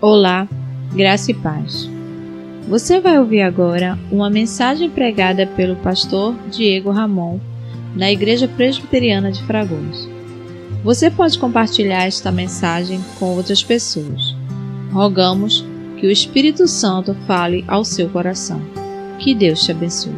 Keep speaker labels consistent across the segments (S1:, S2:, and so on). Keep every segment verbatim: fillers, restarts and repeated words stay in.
S1: Olá, graça e paz. Você vai ouvir agora uma mensagem pregada pelo pastor Diego Ramon, na Igreja Presbiteriana de Fragoso. Você pode compartilhar esta mensagem com outras pessoas. Rogamos que o Espírito Santo fale ao seu coração. Que Deus te abençoe.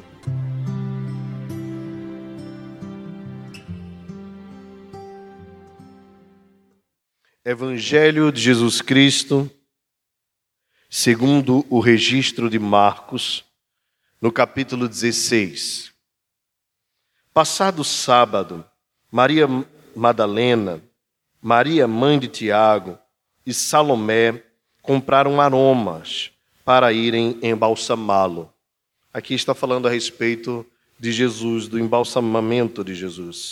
S2: Evangelho de Jesus Cristo, segundo o registro de Marcos, no capítulo dezesseis. Passado sábado, Maria Madalena, Maria mãe de Tiago e Salomé compraram aromas para irem embalsamá-lo. Aqui está falando a respeito de Jesus, do embalsamamento de Jesus.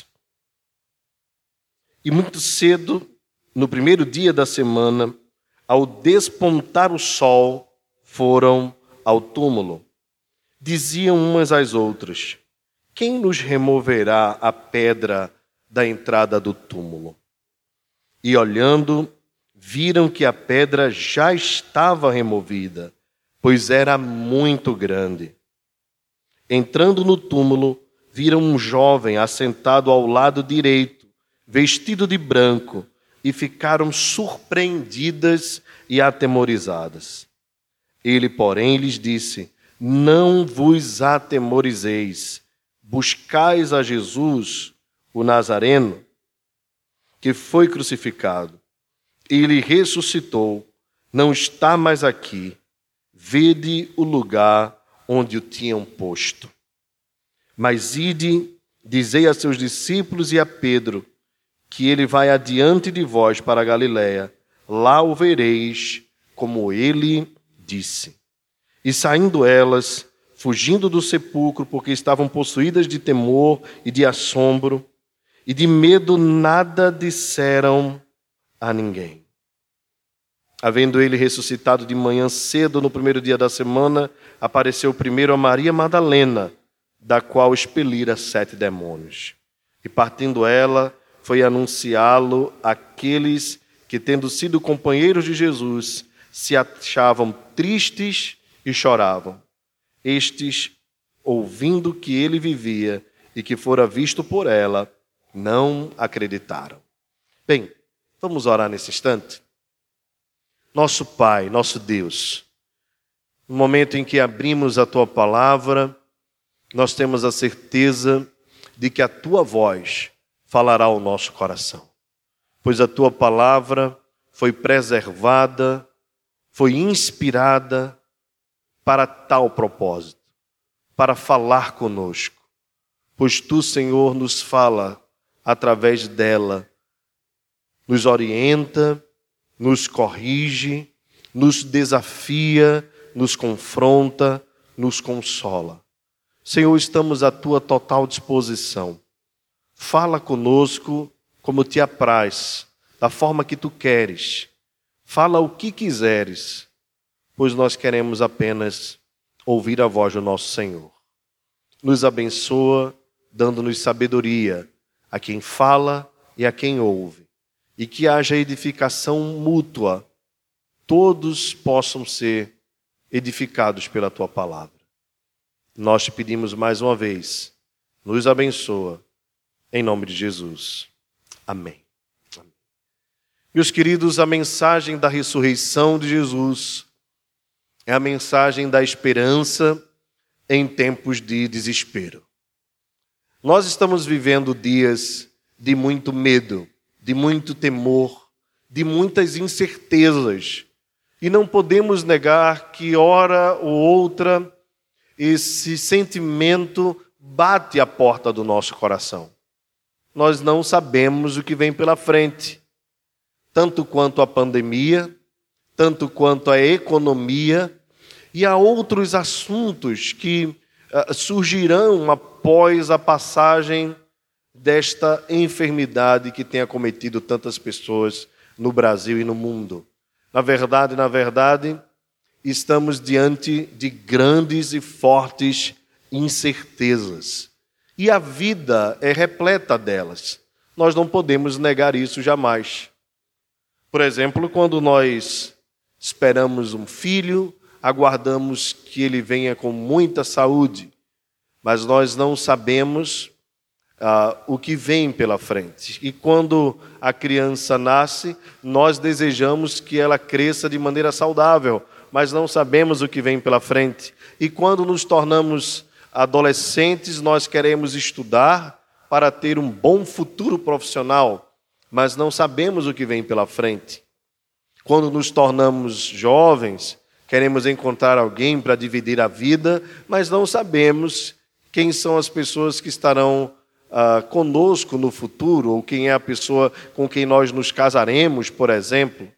S2: E muito cedo, no primeiro dia da semana, ao despontar o sol, foram ao túmulo. Diziam umas às outras: quem nos removerá a pedra da entrada do túmulo? E olhando, viram que a pedra já estava removida, pois era muito grande. Entrando no túmulo, viram um jovem assentado ao lado direito, vestido de branco, e ficaram surpreendidas e atemorizadas. Ele, porém, lhes disse: não vos atemorizeis, buscais a Jesus, o Nazareno, que foi crucificado. Ele ressuscitou, não está mais aqui. Vede o lugar onde o tinham posto. Mas ide, dizei a seus discípulos e a Pedro, que ele vai adiante de vós para a Galiléia, lá o vereis, como ele disse. E saindo elas, fugindo do sepulcro, porque estavam possuídas de temor e de assombro, e de medo nada disseram a ninguém. Havendo ele ressuscitado de manhã cedo, no primeiro dia da semana, apareceu primeiro a Maria Madalena, da qual expelira sete demônios. E partindo ela, foi anunciá-lo àqueles que, tendo sido companheiros de Jesus, se achavam tristes e choravam. Estes, ouvindo que ele vivia e que fora visto por ela, não acreditaram. Bem, vamos orar nesse instante? Nosso Pai, nosso Deus, no momento em que abrimos a Tua palavra, nós temos a certeza de que a Tua voz falará ao nosso coração, pois a Tua palavra foi preservada, foi inspirada para tal propósito, para falar conosco, pois Tu, Senhor, nos fala através dela, nos orienta, nos corrige, nos desafia, nos confronta, nos consola. Senhor, estamos à Tua total disposição. Fala conosco como Te apraz, da forma que Tu queres. Fala o que quiseres, pois nós queremos apenas ouvir a voz do nosso Senhor. Nos abençoa, dando-nos sabedoria a quem fala e a quem ouve, e que haja edificação mútua, todos possam ser edificados pela Tua palavra. Nós Te pedimos mais uma vez, nos abençoa, em nome de Jesus. Amém. Amém. Meus queridos, a mensagem da ressurreição de Jesus é a mensagem da esperança em tempos de desespero. Nós estamos vivendo dias de muito medo, de muito temor, de muitas incertezas. E não podemos negar que, hora ou outra, esse sentimento bate à porta do nosso coração. Nós não sabemos o que vem pela frente, tanto quanto a pandemia, tanto quanto a economia, e há outros assuntos que uh, surgirão após a passagem desta enfermidade que tem acometido tantas pessoas no Brasil e no mundo. Na verdade, na verdade, estamos diante de grandes e fortes incertezas. E a vida é repleta delas. Nós não podemos negar isso jamais. Por exemplo, quando nós Esperamos um filho, aguardamos que ele venha com muita saúde, mas nós não sabemos uh, o que vem pela frente. E quando a criança nasce, nós desejamos que ela cresça de maneira saudável, mas não sabemos o que vem pela frente. E quando nos tornamos adolescentes, nós queremos estudar para ter um bom futuro profissional, mas não sabemos o que vem pela frente. Quando nos tornamos jovens, queremos encontrar alguém para dividir a vida, mas não sabemos quem são as pessoas que estarão ah, conosco no futuro, ou quem é a pessoa com quem nós nos casaremos, por exemplo.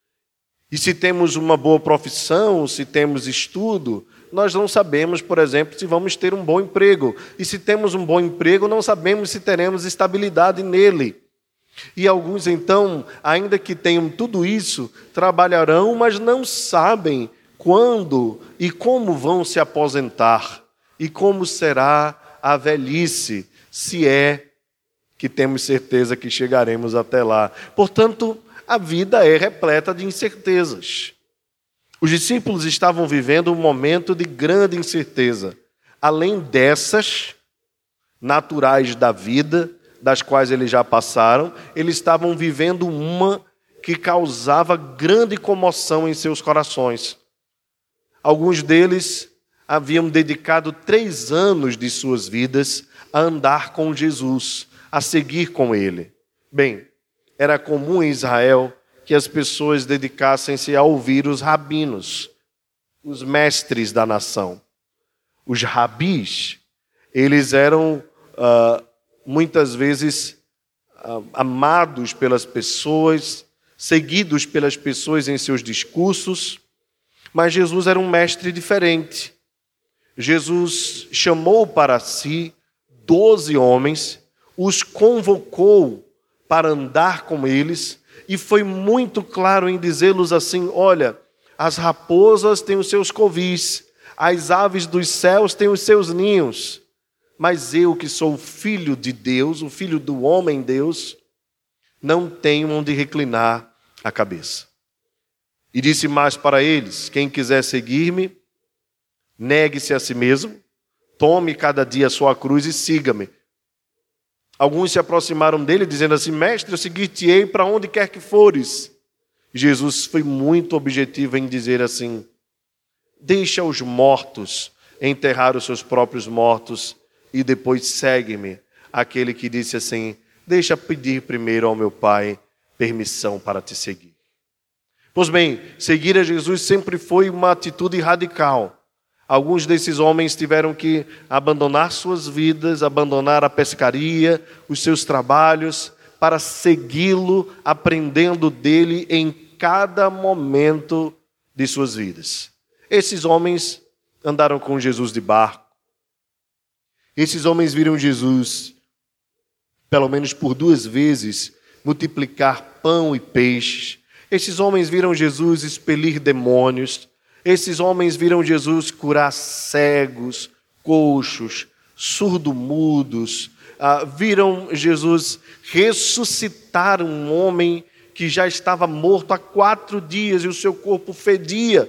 S2: E se temos uma boa profissão, se temos estudo, nós não sabemos, por exemplo, se vamos ter um bom emprego. E se temos um bom emprego, não sabemos se teremos estabilidade nele. E alguns, então, ainda que tenham tudo isso, trabalharão, mas não sabem quando e como vão se aposentar e como será a velhice, se é que temos certeza que chegaremos até lá. Portanto, a vida é repleta de incertezas. Os discípulos estavam vivendo um momento de grande incerteza. Além dessas, naturais da vida, das quais eles já passaram, eles estavam vivendo uma que causava grande comoção em seus corações. Alguns deles haviam dedicado três anos de suas vidas a andar com Jesus, a seguir com ele. Bem, era comum em Israel que as pessoas dedicassem-se a ouvir os rabinos, os mestres da nação. Os rabis, eles eram uh, muitas vezes uh, amados pelas pessoas, seguidos pelas pessoas em seus discursos, mas Jesus era um mestre diferente. Jesus chamou para si doze homens, os convocou para andar com eles, e foi muito claro em dizê-los assim: olha, as raposas têm os seus covis, as aves dos céus têm os seus ninhos, mas eu, que sou o filho de Deus, o filho do homem Deus, não tenho onde reclinar a cabeça. E disse mais para eles: quem quiser seguir-me, negue-se a si mesmo, tome cada dia a sua cruz e siga-me. Alguns se aproximaram dele, dizendo assim: mestre, eu seguir-te-ei para onde quer que fores. Jesus foi muito objetivo em dizer assim: deixa os mortos enterrar os seus próprios mortos e depois segue-me. Aquele que disse assim: deixa pedir primeiro ao meu Pai permissão para te seguir. Pois bem, seguir a Jesus sempre foi uma atitude radical. Alguns desses homens tiveram que abandonar suas vidas, abandonar a pescaria, os seus trabalhos, para segui-lo, aprendendo dele em cada momento de suas vidas. Esses homens andaram com Jesus de barco. Esses homens viram Jesus, pelo menos por duas vezes, multiplicar pão e peixes. Esses homens viram Jesus expelir demônios. Esses homens viram Jesus curar cegos, coxos, surdo-mudos. Ah, viram Jesus ressuscitar um homem que já estava morto há quatro dias e o seu corpo fedia.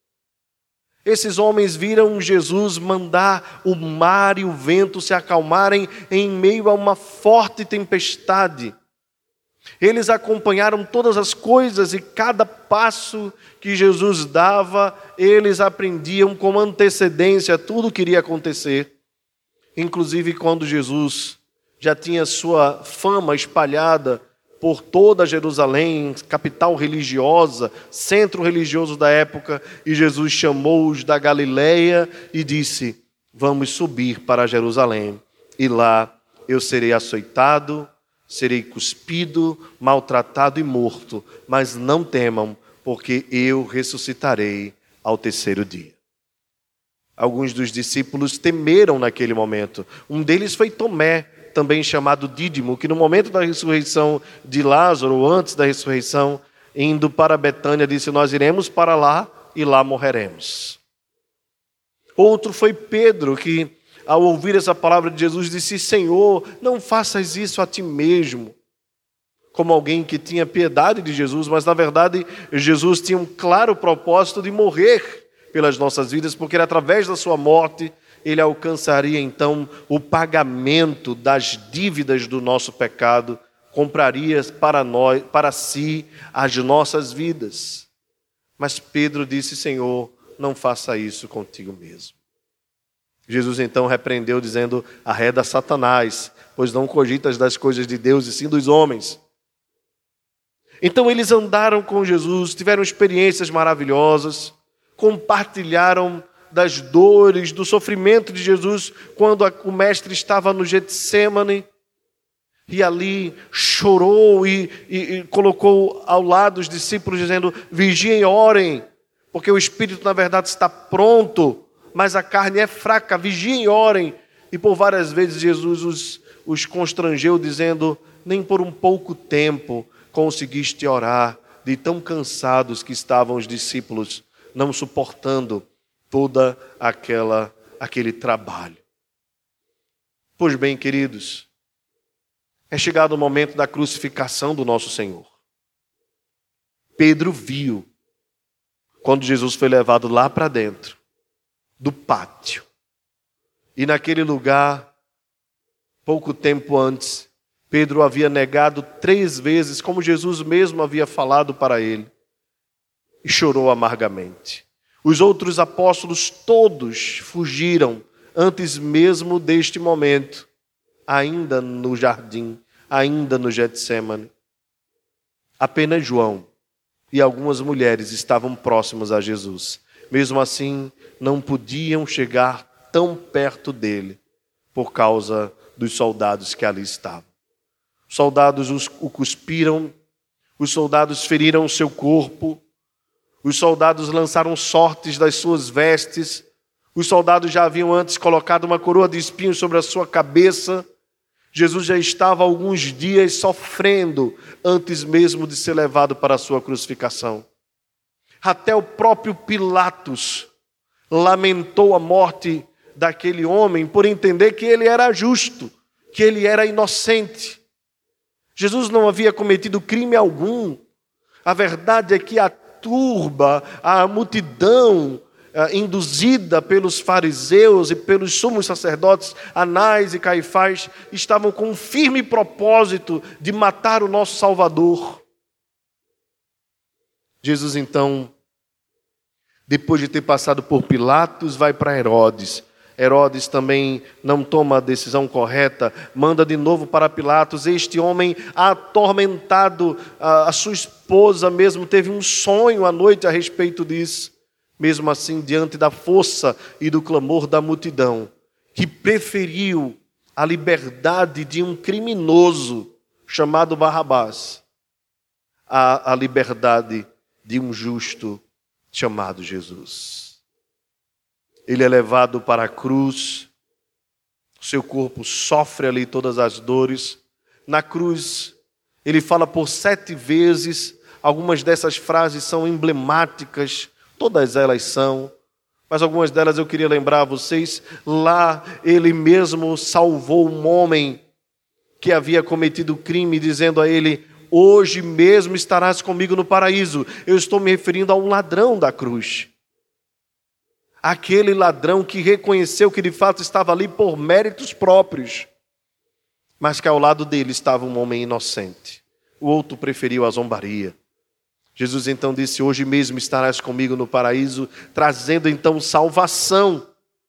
S2: Esses homens viram Jesus mandar o mar e o vento se acalmarem em meio a uma forte tempestade. Eles acompanharam todas as coisas e cada passo que Jesus dava, eles aprendiam com antecedência tudo o que iria acontecer. Inclusive quando Jesus já tinha sua fama espalhada por toda Jerusalém, capital religiosa, centro religioso da época, e Jesus chamou-os da Galileia e disse: vamos subir para Jerusalém, e lá eu serei açoitado, serei cuspido, maltratado e morto, mas não temam, porque eu ressuscitarei ao terceiro dia. Alguns dos discípulos temeram naquele momento. Um deles foi Tomé, também chamado Dídimo, que no momento da ressurreição de Lázaro, ou antes da ressurreição, indo para Betânia, disse: nós iremos para lá e lá morreremos. Outro foi Pedro, que ao ouvir essa palavra de Jesus, disse: Senhor, não faças isso a ti mesmo. como alguém que tinha piedade de Jesus, mas na verdade Jesus tinha um claro propósito de morrer pelas nossas vidas, porque era através da sua morte ele alcançaria então o pagamento das dívidas do nosso pecado, compraria para nós, para si, as nossas vidas. Mas Pedro disse: Senhor, não faça isso contigo mesmo. Jesus então repreendeu, dizendo: arreda Satanás, pois não cogitas das coisas de Deus, e sim dos homens. Então eles andaram com Jesus, tiveram experiências maravilhosas, compartilharam das dores, do sofrimento de Jesus, quando o mestre estava no Getsêmani, e ali chorou e, e, e colocou ao lado os discípulos, dizendo: vigiem e orem, porque o espírito na verdade está pronto, mas a carne é fraca, vigiem e orem. E por várias vezes Jesus os, os constrangeu, dizendo: nem por um pouco tempo conseguiste orar, de tão cansados que estavam os discípulos, não suportando toda aquela aquele trabalho. Pois bem, queridos, é chegado o momento da crucificação do nosso Senhor. Pedro viu quando Jesus foi levado lá para dentro do pátio. E naquele lugar, pouco tempo antes, Pedro havia negado três vezes, como Jesus mesmo havia falado para ele, e chorou amargamente. Os outros apóstolos todos fugiram antes mesmo deste momento, ainda no jardim, ainda no Getsêmani. Apenas João e algumas mulheres estavam próximos a Jesus. Mesmo assim, não podiam chegar tão perto dele, por causa dos soldados que ali estavam. Os soldados o cuspiram, os soldados feriram o seu corpo, os soldados lançaram sortes das suas vestes, os soldados já haviam antes colocado uma coroa de espinhos sobre a sua cabeça. Jesus já estava há alguns dias sofrendo antes mesmo de ser levado para a sua crucificação. Até o próprio Pilatos lamentou a morte daquele homem por entender que ele era justo, que ele era inocente. Jesus não havia cometido crime algum. A verdade é que a turba, a multidão eh, induzida pelos fariseus e pelos sumos sacerdotes, Anás e Caifás, estavam com um firme propósito de matar o nosso Salvador. Jesus então, depois de ter passado por Pilatos, vai para Herodes. Herodes também não toma a decisão correta, manda de novo para Pilatos. Este homem atormentado, a sua esposa mesmo teve um sonho à noite a respeito disso. Mesmo assim, diante da força e do clamor da multidão, que preferiu a liberdade de um criminoso chamado Barrabás à, à liberdade de um justo chamado Jesus. Ele é levado para a cruz, seu corpo sofre ali todas as dores. Na cruz, ele fala por sete vezes, algumas dessas frases são emblemáticas, todas elas são, mas algumas delas eu queria lembrar a vocês. Lá, ele mesmo salvou um homem que havia cometido crime, dizendo a ele: hoje mesmo estarás comigo no paraíso. Eu estou me referindo a um ladrão da cruz. Aquele ladrão que reconheceu que de fato estava ali por méritos próprios, mas que ao lado dele estava um homem inocente. O outro preferiu a zombaria. Jesus então disse: hoje mesmo estarás comigo no paraíso, trazendo então salvação.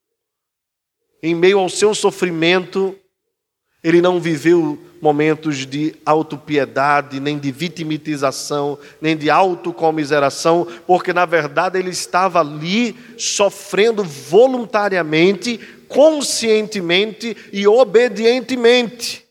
S2: Em meio ao seu sofrimento, ele não viveu momentos de autopiedade, nem de vitimização, nem de autocomiseração, porque na verdade ele estava ali sofrendo voluntariamente, conscientemente e obedientemente.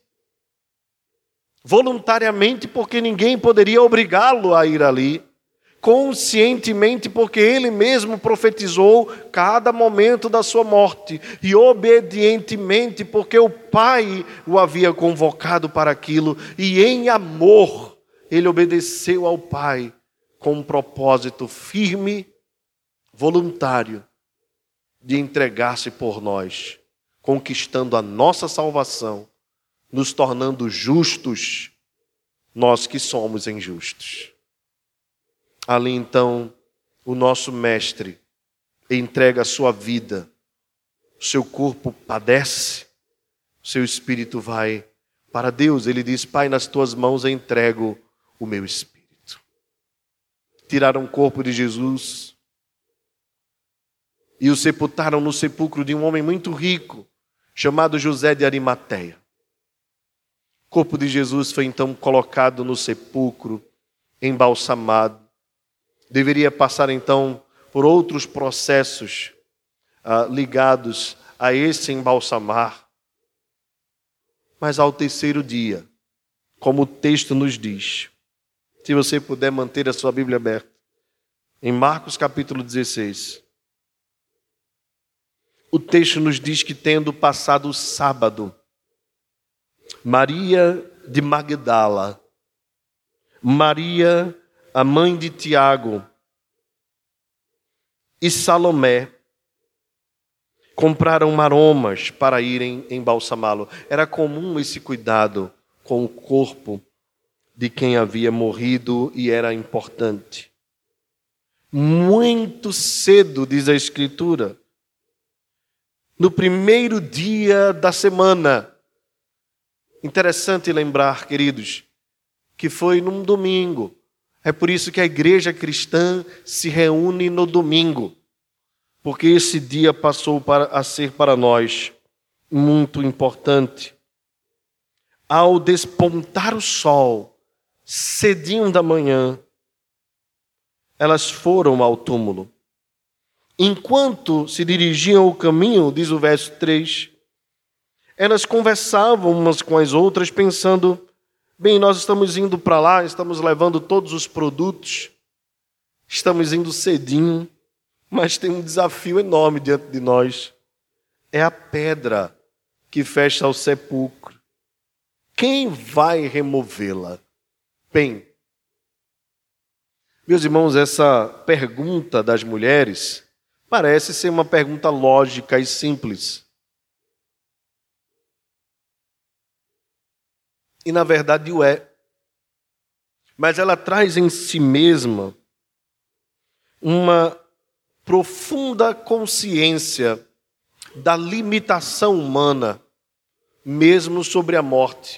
S2: Voluntariamente, porque ninguém poderia obrigá-lo a ir ali. Conscientemente, porque ele mesmo profetizou cada momento da sua morte. E obedientemente, porque o Pai o havia convocado para aquilo. E em amor, ele obedeceu ao Pai com um propósito firme, voluntário, de entregar-se por nós, conquistando a nossa salvação, nos tornando justos nós que somos injustos. Ali então, o nosso mestre entrega a sua vida, o seu corpo padece, o seu espírito vai para Deus. Ele diz: Pai, nas tuas mãos eu entrego o meu espírito. Tiraram o corpo de Jesus e o sepultaram no sepulcro de um homem muito rico, chamado José de Arimateia. O corpo de Jesus foi então colocado no sepulcro, embalsamado. Deveria passar então por outros processos ah, ligados a esse embalsamar. Mas ao terceiro dia, como o texto nos diz, se você puder manter a sua Bíblia aberta, em Marcos capítulo dezesseis, o texto nos diz que, tendo passado o sábado, Maria de Magdala, Maria, a mãe de Tiago, e Salomé compraram aromas para irem embalsamá-lo. Era comum esse cuidado com o corpo de quem havia morrido e era importante. Muito cedo, diz a Escritura, no primeiro dia da semana. Interessante lembrar, queridos, que foi num domingo. É por isso que a igreja cristã se reúne no domingo, porque esse dia passou para, a ser para nós muito importante. Ao despontar o sol, cedinho da manhã, elas foram ao túmulo. Enquanto se dirigiam ao caminho, diz o verso três, elas conversavam umas com as outras, pensando: bem, nós estamos indo para lá, estamos levando todos os produtos, estamos indo cedinho, mas tem um desafio enorme diante de nós. É a pedra que fecha o sepulcro. Quem vai removê-la? Bem, meus irmãos, essa pergunta das mulheres parece ser uma pergunta lógica e simples. E na verdade o é. Mas ela traz em si mesma uma profunda consciência da limitação humana, mesmo sobre a morte.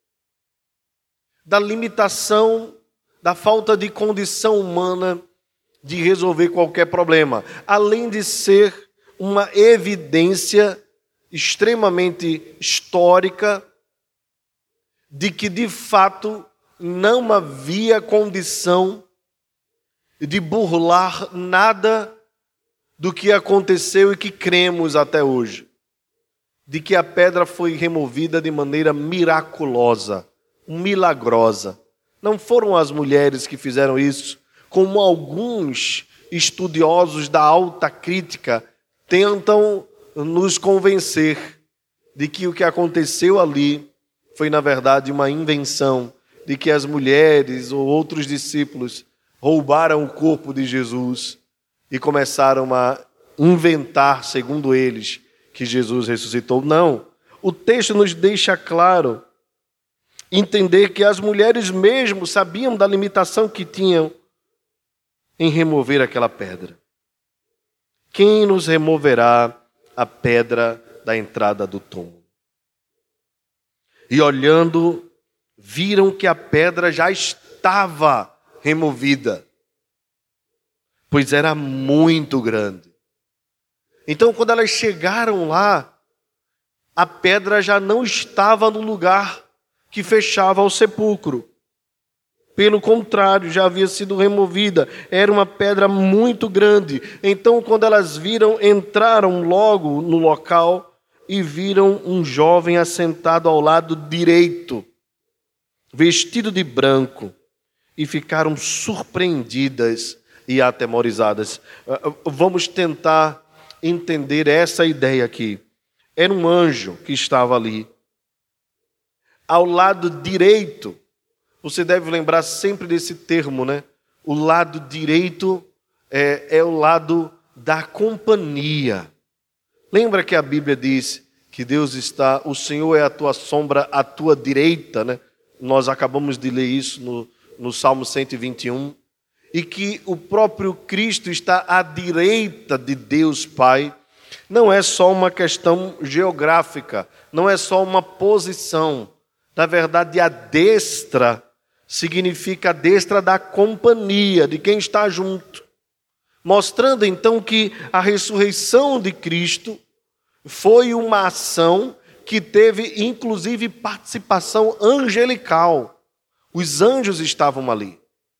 S2: Da limitação, da falta de condição humana de resolver qualquer problema. Além de ser uma evidência extremamente histórica de que, de fato, não havia condição de burlar nada do que aconteceu e que cremos até hoje. De que a pedra foi removida de maneira miraculosa, milagrosa. Não foram as mulheres que fizeram isso, como alguns estudiosos da alta crítica tentam nos convencer de que o que aconteceu ali foi, na verdade, uma invenção, de que as mulheres ou outros discípulos roubaram o corpo de Jesus e começaram a inventar, segundo eles, que Jesus ressuscitou. Não. O texto nos deixa claro entender que as mulheres mesmo sabiam da limitação que tinham em remover aquela pedra. Quem nos removerá a pedra da entrada do túmulo? E olhando, viram que a pedra já estava removida, pois era muito grande. Então, quando elas chegaram lá, a pedra já não estava no lugar que fechava o sepulcro. Pelo contrário, já havia sido removida. Era uma pedra muito grande. Então, quando elas viram, entraram logo no local e viram um jovem assentado ao lado direito, vestido de branco, e ficaram surpreendidas e atemorizadas. Vamos tentar entender essa ideia aqui. Era um anjo que estava ali. Ao lado direito, você deve lembrar sempre desse termo, né? O lado direito é, é o lado da companhia. Lembra que a Bíblia diz que Deus está, o Senhor é a tua sombra à tua direita, né? nós acabamos de ler isso no, no Salmo cento e vinte e um, e que o próprio Cristo está à direita de Deus Pai, não é só uma questão geográfica, não é só uma posição. Na verdade, a destra significa a destra da companhia, de quem está junto. Mostrando então que a ressurreição de Cristo foi uma ação que teve inclusive participação angelical. Os anjos estavam ali.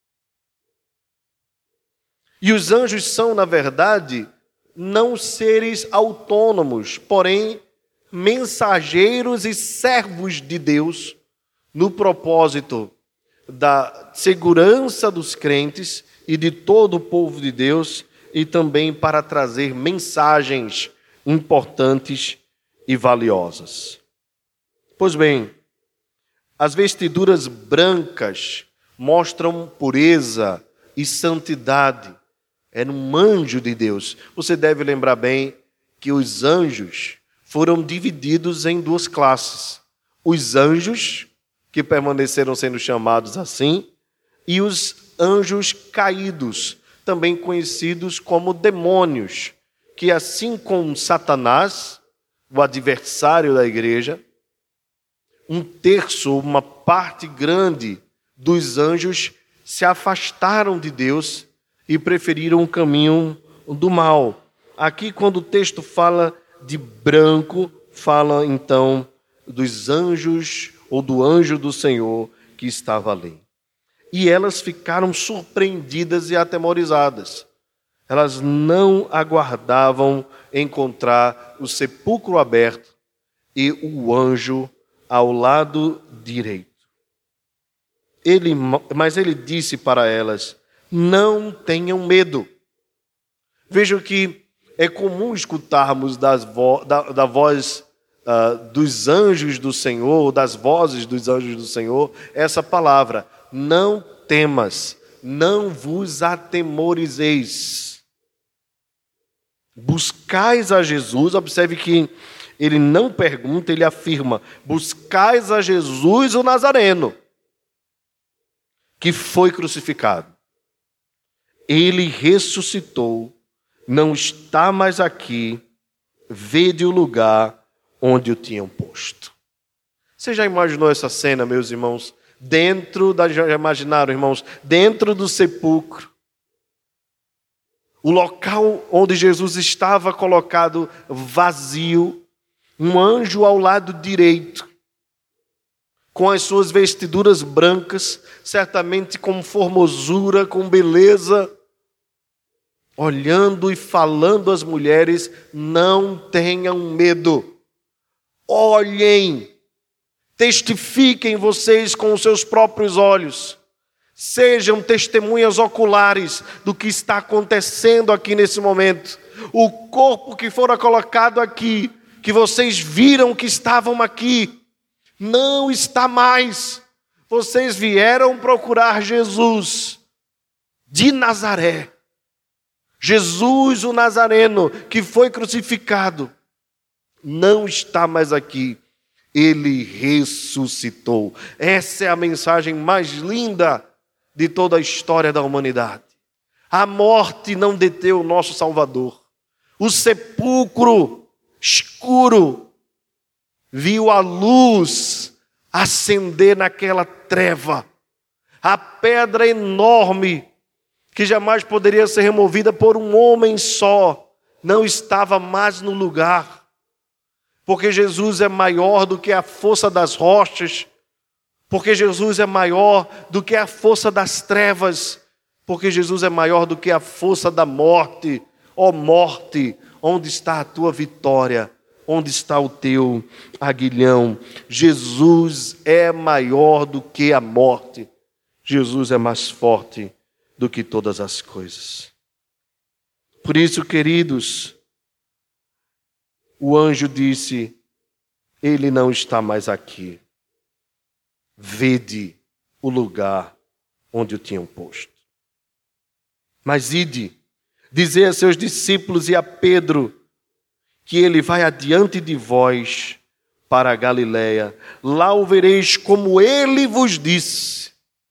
S2: E os anjos são, na verdade, não seres autônomos, porém mensageiros e servos de Deus no propósito da segurança dos crentes e de todo o povo de Deus, e também para trazer mensagens importantes e valiosas. Pois bem, as vestiduras brancas mostram pureza e santidade. Era um anjo de Deus. Você deve lembrar bem que os anjos foram divididos em duas classes. Os anjos, que permaneceram sendo chamados assim, e os anjos caídos, também conhecidos como demônios, que assim como Satanás, o adversário da igreja, um terço, uma parte grande dos anjos se afastaram de Deus e preferiram o caminho do mal. Aqui, quando o texto fala de branco, fala então dos anjos ou do anjo do Senhor que estava ali. E elas ficaram surpreendidas e atemorizadas. Elas não aguardavam encontrar o sepulcro aberto e o anjo ao lado direito. Ele, mas ele disse para elas: não tenham medo. Vejam que é comum escutarmos das vo, da, da voz uh, dos anjos do Senhor, das vozes dos anjos do Senhor, essa palavra: não temas, não vos atemorizeis. Buscais a Jesus. Observe que ele não pergunta, ele afirma: buscais a Jesus o Nazareno, que foi crucificado. Ele ressuscitou, não está mais aqui, vede o lugar onde o tinham posto. Você já imaginou essa cena, meus irmãos? Dentro da, já imaginaram, irmãos? Dentro do sepulcro, o local onde Jesus estava colocado vazio, um anjo ao lado direito, com as suas vestiduras brancas, certamente com formosura, com beleza, olhando e falando às mulheres: não tenham medo, olhem, testifiquem vocês com os seus próprios olhos, sejam testemunhas oculares do que está acontecendo aqui nesse momento. O corpo que fora colocado aqui, que vocês viram que estavam aqui, não está mais. Vocês vieram procurar Jesus de Nazaré. Jesus o Nazareno, que foi crucificado, não está mais aqui. Ele ressuscitou. Essa é a mensagem mais linda de toda a história da humanidade. A morte não deteu o nosso Salvador. O sepulcro escuro viu a luz acender naquela treva. A pedra enorme, que jamais poderia ser removida por um homem só, não estava mais no lugar. Porque Jesus é maior do que a força das rochas, porque Jesus é maior do que a força das trevas, porque Jesus é maior do que a força da morte. Ó morte, onde está a tua vitória? Onde está o teu aguilhão? Jesus é maior do que a morte. Jesus é mais forte do que todas as coisas. Por isso, queridos, o anjo disse: ele não está mais aqui. Vede o lugar onde o tinham posto. Mas ide, dizei a seus discípulos e a Pedro que ele vai adiante de vós para a Galiléia. Lá o vereis como ele vos disse.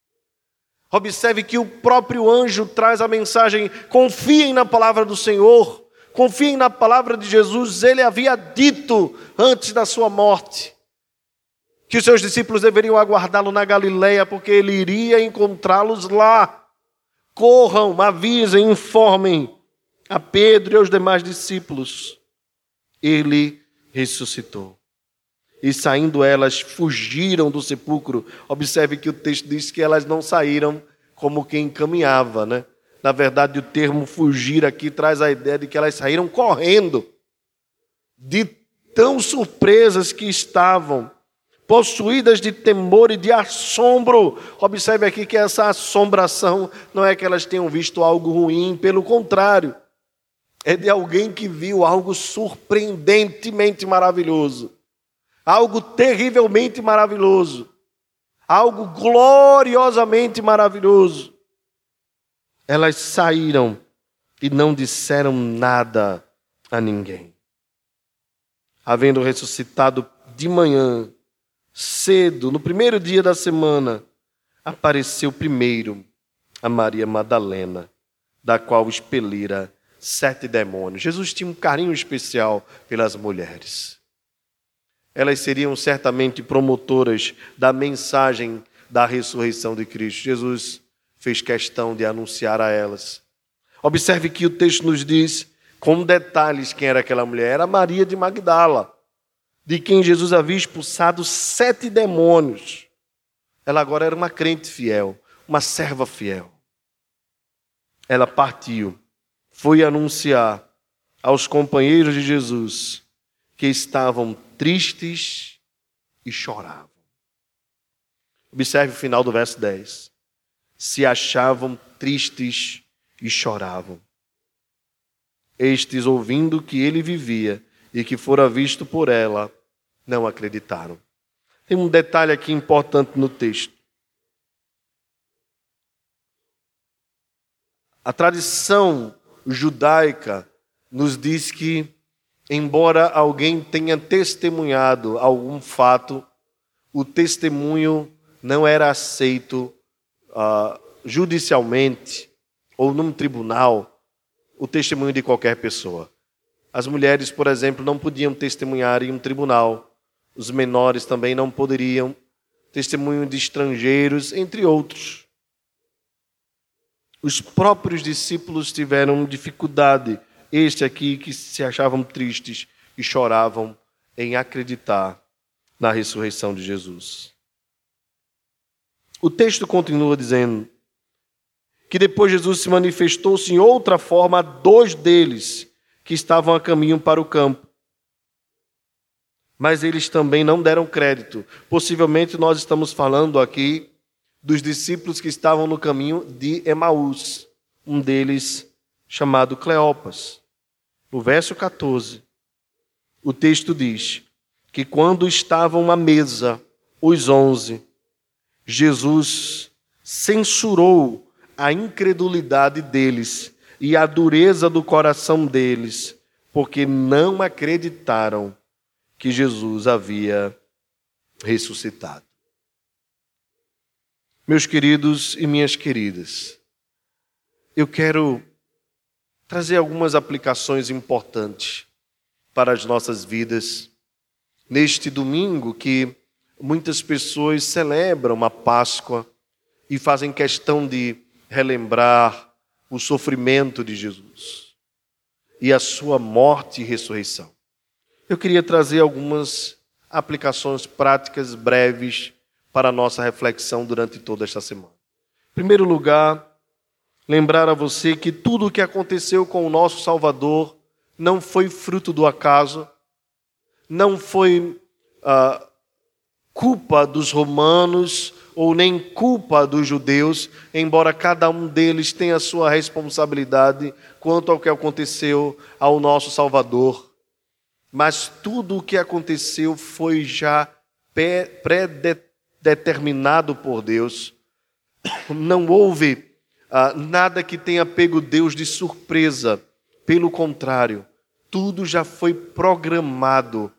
S2: Observe que o próprio anjo traz a mensagem: confiem na palavra do Senhor, confiem na palavra de Jesus. Ele havia dito antes da sua morte que os seus discípulos deveriam aguardá-lo na Galiléia, porque ele iria encontrá-los lá. Corram, avisem, informem a Pedro e aos demais discípulos. Ele ressuscitou. E saindo elas, fugiram do sepulcro. Observe que o texto diz que elas não saíram como quem caminhava, né? Na verdade, o termo fugir aqui traz a ideia de que elas saíram correndo, de tão surpresas que estavam, possuídas de temor e de assombro. Observe aqui que essa assombração não é que elas tenham visto algo ruim, pelo contrário, é de alguém que viu algo surpreendentemente maravilhoso. Algo terrivelmente maravilhoso. Algo gloriosamente maravilhoso. Elas saíram e não disseram nada a ninguém. Havendo ressuscitado de manhã, cedo, no primeiro dia da semana, apareceu primeiro a Maria Madalena, da qual expelira sete demônios. Jesus tinha um carinho especial pelas mulheres. Elas seriam certamente promotoras da mensagem da ressurreição de Cristo. Jesus fez questão de anunciar a elas. Observe que o texto nos diz, com detalhes, quem era aquela mulher. Era Maria de Magdala, de quem Jesus havia expulsado sete demônios. Ela agora era uma crente fiel, uma serva fiel. Ela partiu, foi anunciar aos companheiros de Jesus que estavam tristes e choravam. Observe o final do verso dez. Se achavam tristes e choravam. Estes, ouvindo que ele vivia e que fora visto por ela, não acreditaram. Tem um detalhe aqui importante no texto. A tradição judaica nos diz que, embora alguém tenha testemunhado algum fato, o testemunho não era aceito uh, judicialmente ou num tribunal, o testemunho de qualquer pessoa. As mulheres, por exemplo, não podiam testemunhar em um tribunal. Os menores também não poderiam, testemunho de estrangeiros, entre outros. Os próprios discípulos tiveram dificuldade, este aqui que se achavam tristes e choravam, em acreditar na ressurreição de Jesus. O texto continua dizendo que depois Jesus se manifestou-se em outra forma a dois deles que estavam a caminho para o campo. Mas eles também não deram crédito. Possivelmente nós estamos falando aqui dos discípulos que estavam no caminho de Emaús, um deles chamado Cleopas. No verso catorze, o texto diz que quando estavam à mesa, os onze, Jesus censurou a incredulidade deles e a dureza do coração deles, porque não acreditaram que Jesus havia ressuscitado. Meus queridos e minhas queridas, eu quero trazer algumas aplicações importantes para as nossas vidas neste domingo que muitas pessoas celebram a Páscoa e fazem questão de relembrar o sofrimento de Jesus e a sua morte e ressurreição. Eu queria trazer algumas aplicações práticas breves para a nossa reflexão durante toda esta semana. Em primeiro lugar, lembrar a você que tudo o que aconteceu com o nosso Salvador não foi fruto do acaso, não foi uh, culpa dos romanos ou nem culpa dos judeus, embora cada um deles tenha sua responsabilidade quanto ao que aconteceu ao nosso Salvador. Mas tudo o que aconteceu foi já pré-determinado por Deus. Não houve ah, nada que tenha pego Deus de surpresa. Pelo contrário, tudo já foi programado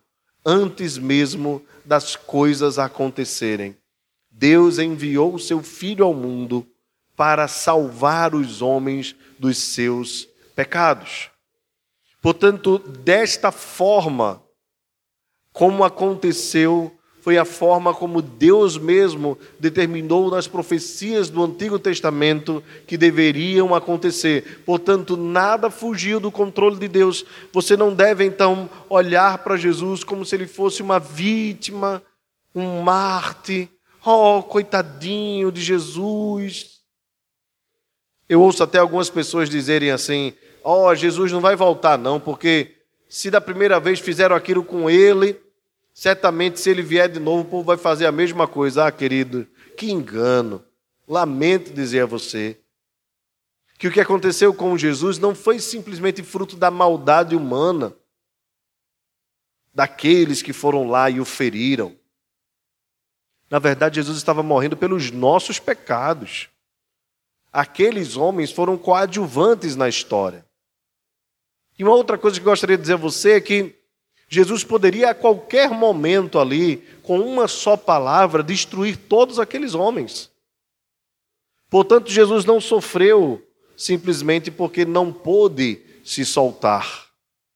S2: antes mesmo das coisas acontecerem. Deus enviou o seu Filho ao mundo para salvar os homens dos seus pecados. Portanto, desta forma, como aconteceu, foi a forma como Deus mesmo determinou nas profecias do Antigo Testamento que deveriam acontecer. Portanto, nada fugiu do controle de Deus. Você não deve, então, olhar para Jesus como se ele fosse uma vítima, um mártir. Oh, coitadinho de Jesus. Eu ouço até algumas pessoas dizerem assim, oh, Jesus não vai voltar não, porque se da primeira vez fizeram aquilo com ele, certamente, se ele vier de novo, o povo vai fazer a mesma coisa. Ah, querido, que engano. Lamento dizer a você que o que aconteceu com Jesus não foi simplesmente fruto da maldade humana, daqueles que foram lá e o feriram. Na verdade, Jesus estava morrendo pelos nossos pecados. Aqueles homens foram coadjuvantes na história. E uma outra coisa que eu gostaria de dizer a você é que Jesus poderia a qualquer momento ali, com uma só palavra, destruir todos aqueles homens. Portanto, Jesus não sofreu simplesmente porque não pôde se soltar.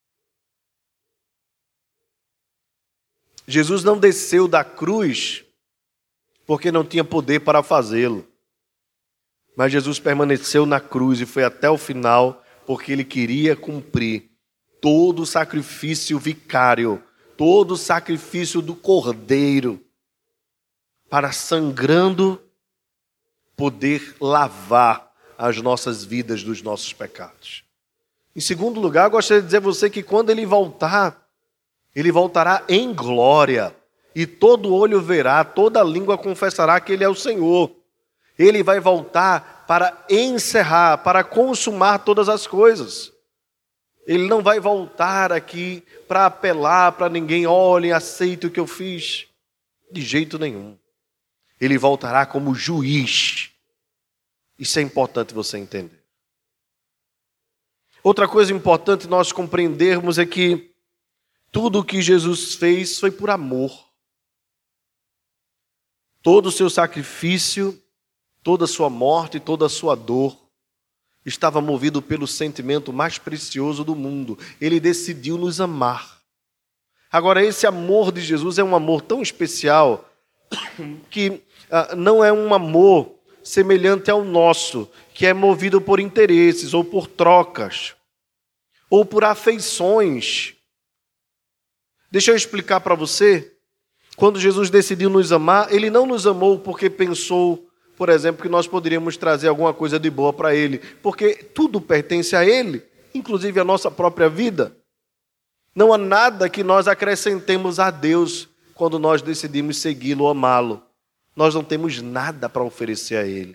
S2: Jesus não desceu da cruz porque não tinha poder para fazê-lo. Mas Jesus permaneceu na cruz e foi até o final porque ele queria cumprir todo o sacrifício vicário, todo o sacrifício do Cordeiro, para sangrando poder lavar as nossas vidas dos nossos pecados. Em segundo lugar, eu gostaria de dizer a você que quando ele voltar, ele voltará em glória, e todo olho verá, toda língua confessará que ele é o Senhor. Ele vai voltar para encerrar, para consumar todas as coisas. Ele não vai voltar aqui para apelar para ninguém, olhem, aceite o que eu fiz. De jeito nenhum. Ele voltará como juiz. Isso é importante você entender. Outra coisa importante nós compreendermos é que tudo o que Jesus fez foi por amor. Todo o seu sacrifício, toda a sua morte, toda a sua dor, estava movido pelo sentimento mais precioso do mundo. Ele decidiu nos amar. Agora, esse amor de Jesus é um amor tão especial que ah, não é um amor semelhante ao nosso, que é movido por interesses, ou por trocas, ou por afeições. Deixa eu explicar para você. Quando Jesus decidiu nos amar, ele não nos amou porque pensou, por exemplo, que nós poderíamos trazer alguma coisa de boa para ele, porque tudo pertence a ele, inclusive a nossa própria vida. Não há nada que nós acrescentemos a Deus quando nós decidimos segui-lo ou amá-lo. Nós não temos nada para oferecer a ele.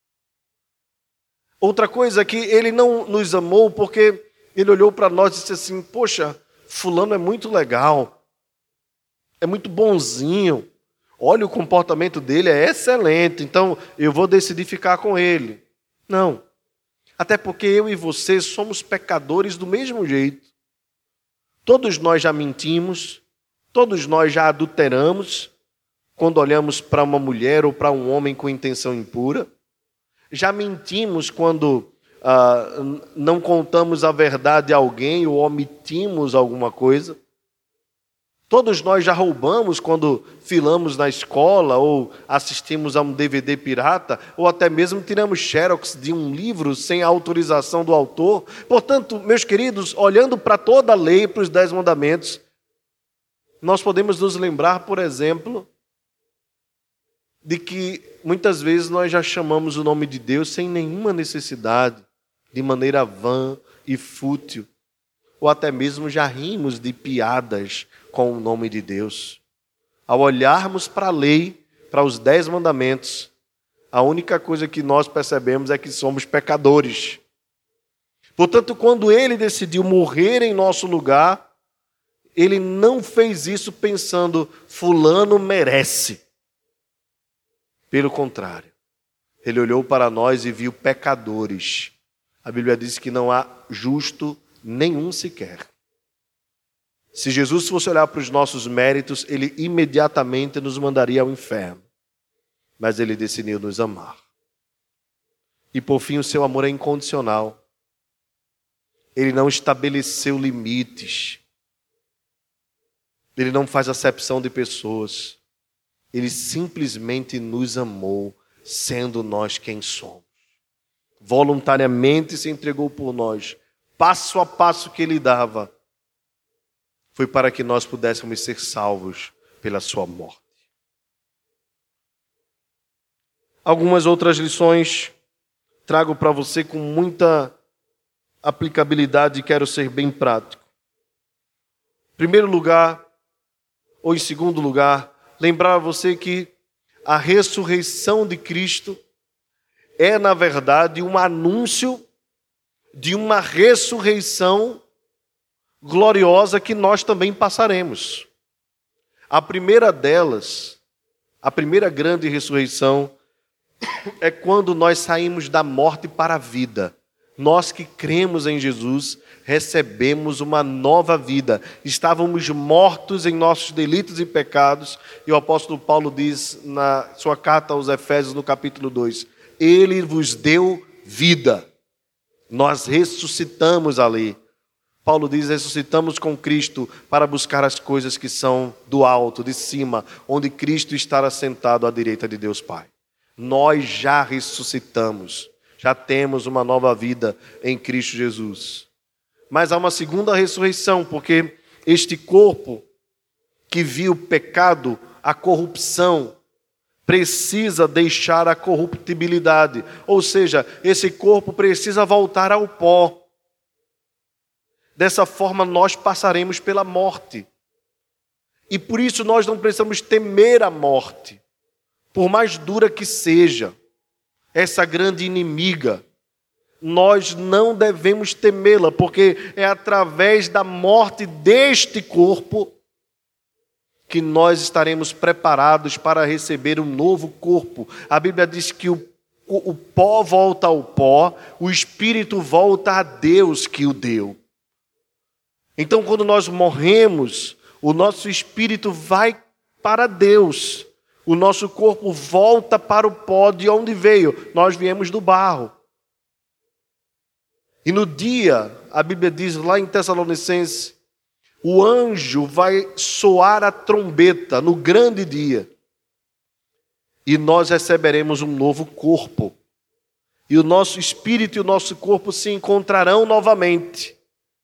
S2: Outra coisa é que ele não nos amou porque ele olhou para nós e disse assim, poxa, fulano é muito legal, é muito bonzinho, olha o comportamento dele, é excelente, então eu vou decidir ficar com ele. Não. Até porque eu e você somos pecadores do mesmo jeito. Todos nós já mentimos, todos nós já adulteramos, quando olhamos para uma mulher ou para um homem com intenção impura. Já mentimos quando ah, não contamos a verdade a alguém ou omitimos alguma coisa. Todos nós já roubamos quando filamos na escola ou assistimos a um D V D pirata ou até mesmo tiramos xerox de um livro sem a autorização do autor. Portanto, meus queridos, olhando para toda a lei, para os dez mandamentos, nós podemos nos lembrar, por exemplo, de que muitas vezes nós já chamamos o nome de Deus sem nenhuma necessidade, de maneira vã e fútil, ou até mesmo já rimos de piadas com o nome de Deus. Ao olharmos para a lei, para os dez mandamentos, a única coisa que nós percebemos é que somos pecadores. Portanto, quando ele decidiu morrer em nosso lugar, ele não fez isso pensando, fulano merece. Pelo contrário, ele olhou para nós e viu pecadores. A Bíblia diz que não há justo nenhum sequer. Se Jesus fosse olhar para os nossos méritos, ele imediatamente nos mandaria ao inferno. Mas ele decidiu nos amar. E por fim, o seu amor é incondicional. Ele não estabeleceu limites. Ele não faz acepção de pessoas. Ele simplesmente nos amou, sendo nós quem somos. Voluntariamente se entregou por nós. Passo a passo que ele dava, foi para que nós pudéssemos ser salvos pela sua morte. Algumas outras lições trago para você com muita aplicabilidade e quero ser bem prático. Em primeiro lugar, ou em segundo lugar, lembrar a você que a ressurreição de Cristo é, na verdade, um anúncio de uma ressurreição gloriosa que nós também passaremos. A primeira delas, a primeira grande ressurreição, é quando nós saímos da morte para a vida. Nós que cremos em Jesus, recebemos uma nova vida. Estávamos mortos em nossos delitos e pecados, e o apóstolo Paulo diz na sua carta aos Efésios, no capítulo dois, ele vos deu vida. Nós ressuscitamos ali. Paulo diz, ressuscitamos com Cristo para buscar as coisas que são do alto, de cima, onde Cristo estará sentado à direita de Deus Pai. Nós já ressuscitamos, já temos uma nova vida em Cristo Jesus. Mas há uma segunda ressurreição, porque este corpo que viu o pecado, a corrupção, precisa deixar a corruptibilidade. Ou seja, esse corpo precisa voltar ao pó. Dessa forma nós passaremos pela morte. E por isso nós não precisamos temer a morte. Por mais dura que seja, essa grande inimiga, nós não devemos temê-la, porque é através da morte deste corpo que nós estaremos preparados para receber um novo corpo. A Bíblia diz que o, o, o pó volta ao pó, o espírito volta a Deus que o deu. Então, quando nós morremos, o nosso espírito vai para Deus. O nosso corpo volta para o pó de onde veio. Nós viemos do barro. E no dia, a Bíblia diz lá em Tessalonicenses, o anjo vai soar a trombeta no grande dia. E nós receberemos um novo corpo. E o nosso espírito e o nosso corpo se encontrarão novamente.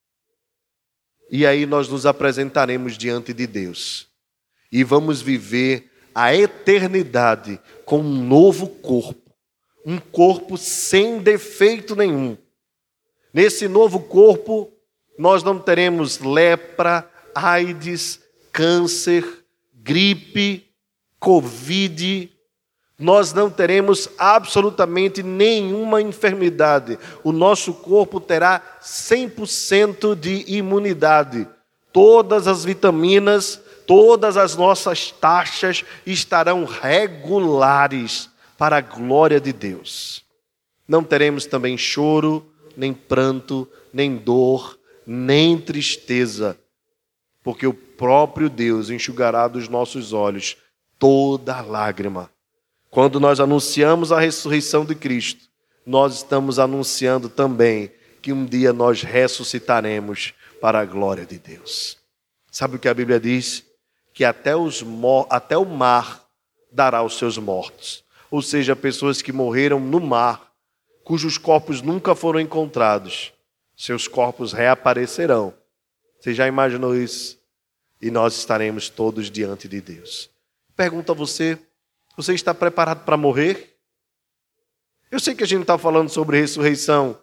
S2: E aí nós nos apresentaremos diante de Deus. E vamos viver a eternidade com um novo corpo. Um corpo sem defeito nenhum. Nesse novo corpo, nós não teremos lepra, AIDS, câncer, gripe, Covid. Nós não teremos absolutamente nenhuma enfermidade. O nosso corpo terá cem por cento de imunidade. Todas as vitaminas, todas as nossas taxas estarão regulares para a glória de Deus. Não teremos também choro, nem pranto, nem dor, nem tristeza, porque o próprio Deus enxugará dos nossos olhos toda lágrima. Quando nós anunciamos a ressurreição de Cristo, nós estamos anunciando também que um dia nós ressuscitaremos para a glória de Deus. Sabe o que a Bíblia diz? Que até, os, até o mar dará os seus mortos. Ou seja, pessoas que morreram no mar, cujos corpos nunca foram encontrados, seus corpos reaparecerão. Você já imaginou isso? E nós estaremos todos diante de Deus. Pergunto a você, você está preparado para morrer? Eu sei que a gente está falando sobre ressurreição.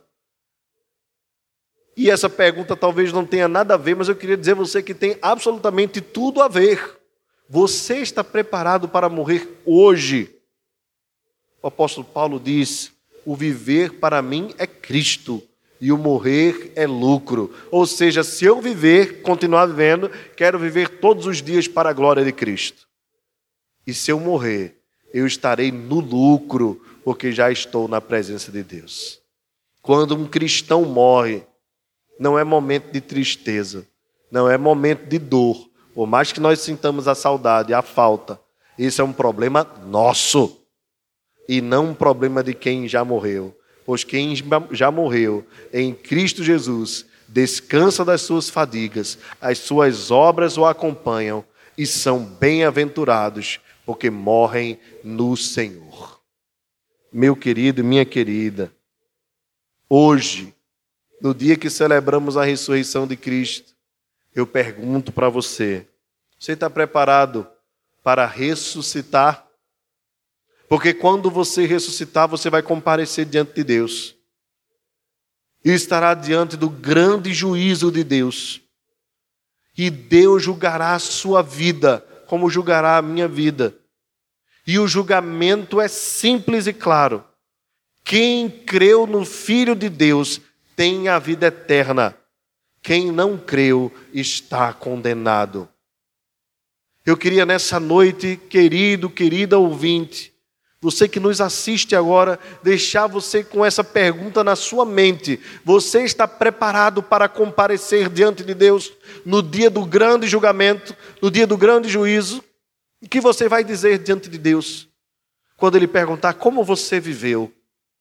S2: E essa pergunta talvez não tenha nada a ver, mas eu queria dizer a você que tem absolutamente tudo a ver. Você está preparado para morrer hoje? O apóstolo Paulo diz, o viver para mim é Cristo e o morrer é lucro. Ou seja, se eu viver, continuar vivendo, quero viver todos os dias para a glória de Cristo. E se eu morrer, eu estarei no lucro, porque já estou na presença de Deus. Quando um cristão morre, não é momento de tristeza, Não é momento de dor. Por mais que nós sintamos a saudade, a falta, isso é um problema nosso. E não um problema de quem já morreu. Pois quem já morreu em Cristo Jesus descansa das suas fadigas, as suas obras o acompanham e são bem-aventurados, porque morrem no Senhor. Meu querido e minha querida, hoje, no dia que celebramos a ressurreição de Cristo, eu pergunto para você, você está preparado para ressuscitar? Porque quando você ressuscitar, você vai comparecer diante de Deus. E estará diante do grande juízo de Deus. E Deus julgará a sua vida, como julgará a minha vida. E o julgamento é simples e claro. Quem creu no Filho de Deus tem a vida eterna. Quem não creu está condenado. Eu queria nessa noite, querido, querida ouvinte, você que nos assiste agora, deixar você com essa pergunta na sua mente. Você está preparado para comparecer diante de Deus no dia do grande julgamento, no dia do grande juízo? O que você vai dizer diante de Deus quando Ele perguntar como você viveu?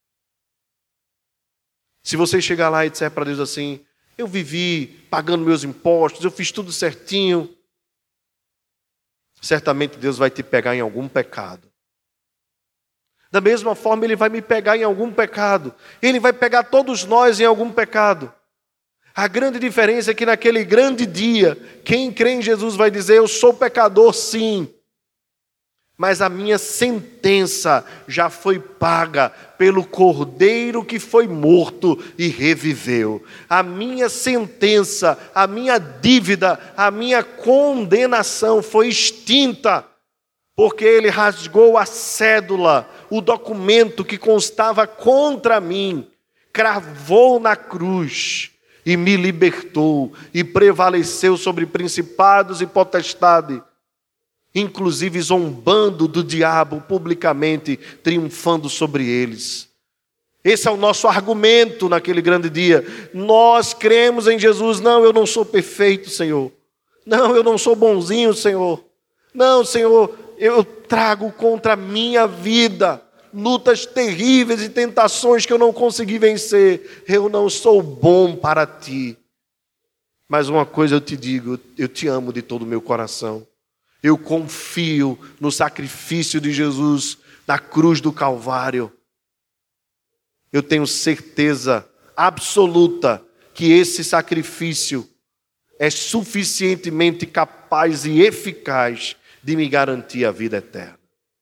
S2: Se você chegar lá e disser para Deus assim, eu vivi pagando meus impostos, eu fiz tudo certinho, certamente Deus vai te pegar em algum pecado. Da mesma forma, Ele vai me pegar em algum pecado. Ele vai pegar todos nós em algum pecado. A grande diferença é que naquele grande dia, quem crê em Jesus vai dizer, eu sou pecador sim, mas a minha sentença já foi paga pelo Cordeiro que foi morto e reviveu. A minha sentença, a minha dívida, a minha condenação foi extinta, porque Ele rasgou a cédula, o documento que constava contra mim, cravou na cruz e me libertou e prevaleceu sobre principados e potestades, inclusive zombando do diabo publicamente, triunfando sobre eles. Esse é o nosso argumento naquele grande dia. Nós cremos em Jesus. Não, eu não sou perfeito, Senhor. Não, eu não sou bonzinho, Senhor. Não, Senhor, eu trago contra a minha vida lutas terríveis e tentações que eu não consegui vencer. Eu não sou bom para Ti. Mas uma coisa eu te digo, eu te amo de todo o meu coração. Eu confio no sacrifício de Jesus na cruz do Calvário. Eu tenho certeza absoluta que esse sacrifício é suficientemente capaz e eficaz de me garantir a vida eterna.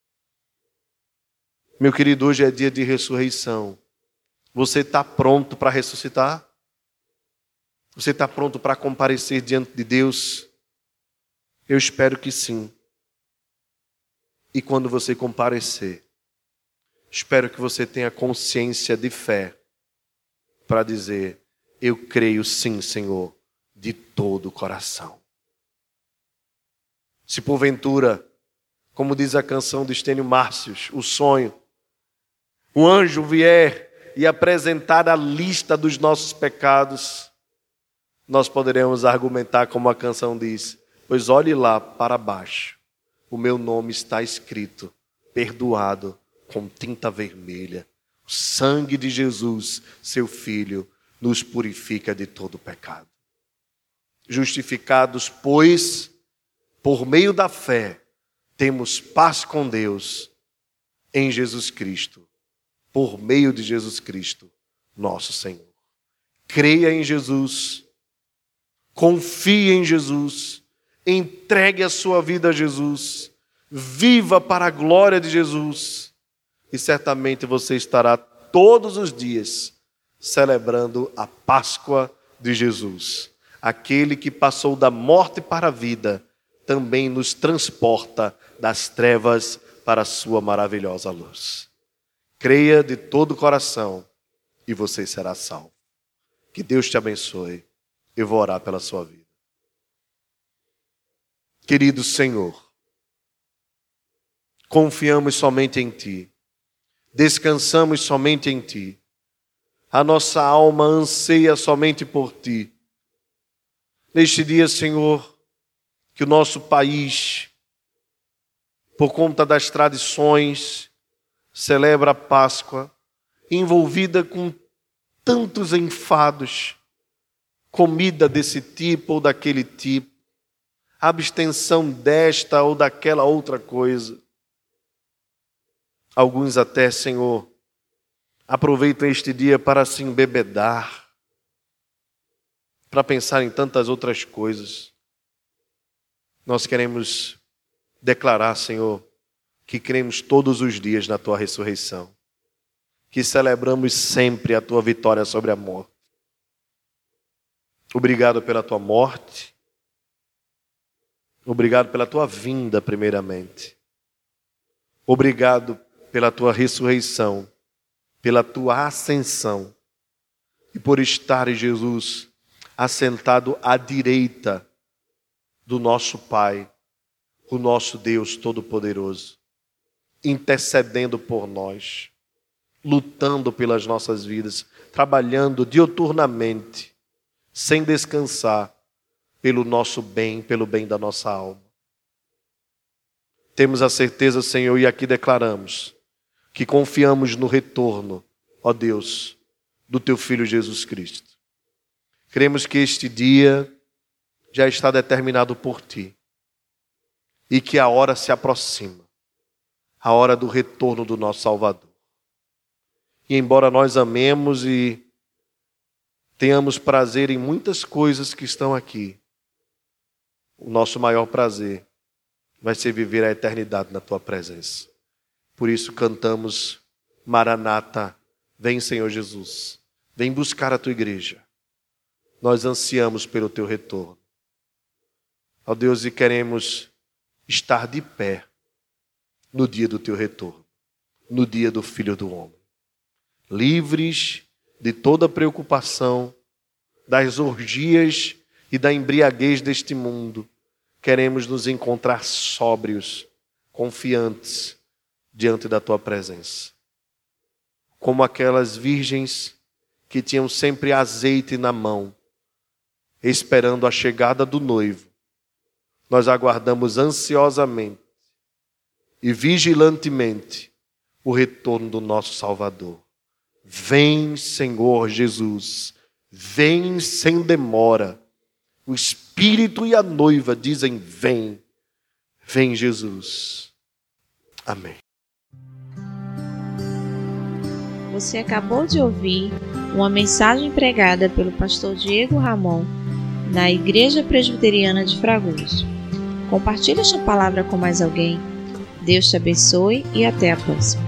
S2: Meu querido, hoje é dia de ressurreição. Você está pronto para ressuscitar? Você está pronto para comparecer diante de Deus? Eu espero que sim. E quando você comparecer, espero que você tenha consciência de fé para dizer, eu creio sim, Senhor, de todo o coração. Se porventura, como diz a canção do Estênio Márcios, o sonho, o anjo vier e apresentar a lista dos nossos pecados, nós poderemos argumentar como a canção diz, pois olhe lá para baixo, o meu nome está escrito, perdoado com tinta vermelha. O sangue de Jesus, seu Filho, nos purifica de todo pecado. Justificados, pois, por meio da fé, temos paz com Deus em Jesus Cristo, por meio de Jesus Cristo, nosso Senhor. Creia em Jesus, confie em Jesus, entregue a sua vida a Jesus, viva para a glória de Jesus e certamente você estará todos os dias celebrando a Páscoa de Jesus. Aquele que passou da morte para a vida também nos transporta das trevas para a sua maravilhosa luz. Creia de todo o coração e você será salvo. Que Deus te abençoe. Eu vou orar pela sua vida. Querido Senhor, confiamos somente em Ti. Descansamos somente em Ti. A nossa alma anseia somente por Ti. Neste dia, Senhor, que o nosso país, por conta das tradições, celebra a Páscoa, envolvida com tantos enfados, comida desse tipo ou daquele tipo, abstenção desta ou daquela outra coisa. Alguns até, Senhor, aproveitam este dia para se embebedar, para pensar em tantas outras coisas. Nós queremos declarar, Senhor, que cremos todos os dias na Tua ressurreição, que celebramos sempre a Tua vitória sobre a morte. Obrigado pela Tua morte, obrigado pela Tua vinda, primeiramente. Obrigado pela Tua ressurreição, pela Tua ascensão e por estar, Jesus, assentado à direita do nosso Pai, o nosso Deus Todo-Poderoso, intercedendo por nós, lutando pelas nossas vidas, trabalhando diuturnamente, sem descansar, pelo nosso bem, pelo bem da nossa alma. Temos a certeza, Senhor, e aqui declaramos, que confiamos no retorno, ó Deus, do Teu Filho Jesus Cristo. Cremos que este dia já está determinado por Ti e que a hora se aproxima, a hora do retorno do nosso Salvador. E embora nós amemos e tenhamos prazer em muitas coisas que estão aqui, o nosso maior prazer vai ser viver a eternidade na Tua presença. Por isso cantamos Maranata, vem Senhor Jesus, vem buscar a Tua igreja. Nós ansiamos pelo Teu retorno. Ó Deus, e queremos estar de pé no dia do Teu retorno, no dia do Filho do Homem. Livres de toda preocupação, das orgias e da embriaguez deste mundo, queremos nos encontrar sóbrios, confiantes diante da Tua presença. Como aquelas virgens que tinham sempre azeite na mão, esperando a chegada do noivo, nós aguardamos ansiosamente e vigilantemente o retorno do nosso Salvador. Vem, Senhor Jesus, vem sem demora. O Espírito e a noiva dizem: vem, vem Jesus. Amém.
S1: Você acabou de ouvir uma mensagem pregada pelo pastor Diego Ramon na Igreja Presbiteriana de Fragoso. Compartilhe esta palavra com mais alguém. Deus te abençoe e até a próxima.